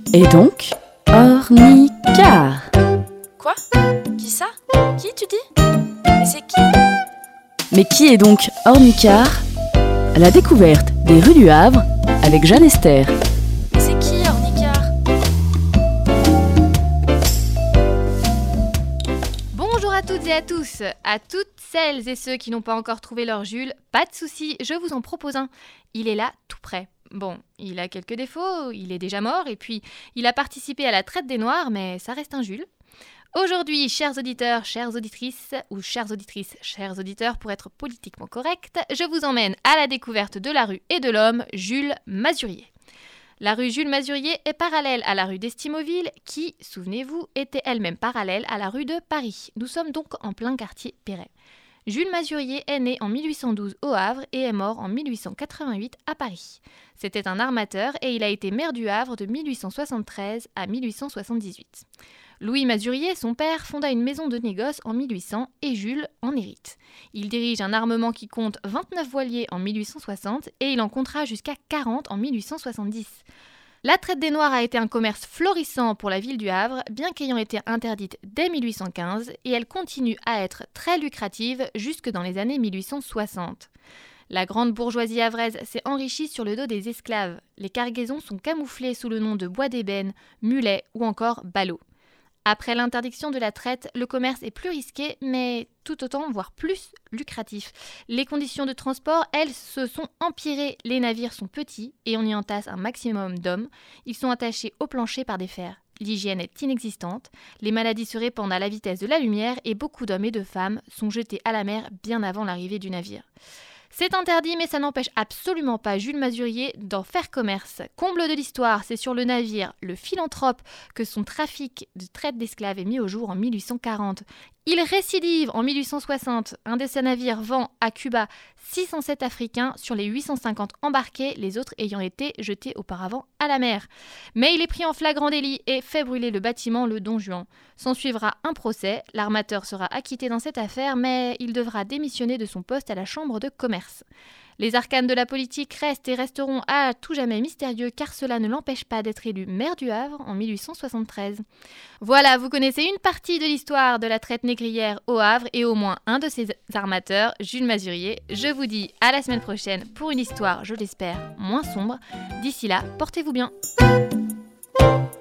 Et donc, Ornicart. Quoi ? Qui ça ? Qui tu dis ? Mais c'est qui ? Mais qui est donc Ornicart ? La découverte des rues du Havre avec Jeanne Esther. Mais c'est qui Ornicart ? Bonjour à toutes et à tous, à toutes celles et ceux qui n'ont pas encore trouvé leur Jules, pas de souci, je vous en propose un. Il est là, tout près. Bon, il a quelques défauts, il est déjà mort, et puis il a participé à la traite des Noirs, mais ça reste un Jules. Aujourd'hui, chers auditeurs, chères auditrices, ou chères auditrices, chers auditeurs, pour être politiquement correct, je vous emmène à la découverte de la rue et de l'homme, Jules Masurier. La rue Jules Masurier est parallèle à la rue d'Estimauville, qui, souvenez-vous, était elle-même parallèle à la rue de Paris. Nous sommes donc en plein quartier Perret. Jules Masurier est né en 1812 au Havre et est mort en 1888 à Paris. C'était un armateur et il a été maire du Havre de 1873 à 1878. Louis Masurier, son père, fonda une maison de négoce en 1800 et Jules en hérite. Il dirige un armement qui compte 29 voiliers en 1860 et il en comptera jusqu'à 40 en 1870. La traite des Noirs a été un commerce florissant pour la ville du Havre, bien qu'ayant été interdite dès 1815, et elle continue à être très lucrative jusque dans les années 1860. La grande bourgeoisie havraise s'est enrichie sur le dos des esclaves. Les cargaisons sont camouflées sous le nom de bois d'ébène, mulet ou encore ballot. Après l'interdiction de la traite, le commerce est plus risqué, mais tout autant, voire plus, lucratif. Les conditions de transport, elles, se sont empirées. Les navires sont petits et on y entasse un maximum d'hommes. Ils sont attachés au plancher par des fers. L'hygiène est inexistante. Les maladies se répandent à la vitesse de la lumière et beaucoup d'hommes et de femmes sont jetés à la mer bien avant l'arrivée du navire. C'est interdit, mais ça n'empêche absolument pas Jules Masurier d'en faire commerce. Comble de l'histoire, c'est sur le navire Le Philanthrope que son trafic de traite d'esclaves est mis au jour en 1840. Il récidive en 1860. Un de ses navires vend à Cuba 607 Africains sur les 850 embarqués, les autres ayant été jetés auparavant à la mer. Mais il est pris en flagrant délit et fait brûler le bâtiment le Don Juan. S'en suivra un procès. L'armateur sera acquitté dans cette affaire, mais il devra démissionner de son poste à la chambre de commerce. Les arcanes de la politique restent et resteront à tout jamais mystérieux car cela ne l'empêche pas d'être élu maire du Havre en 1873. Voilà, vous connaissez une partie de l'histoire de la traite négrière au Havre et au moins un de ses armateurs, Jules Masurier. Je vous dis à la semaine prochaine pour une histoire, je l'espère, moins sombre. D'ici là, portez-vous bien.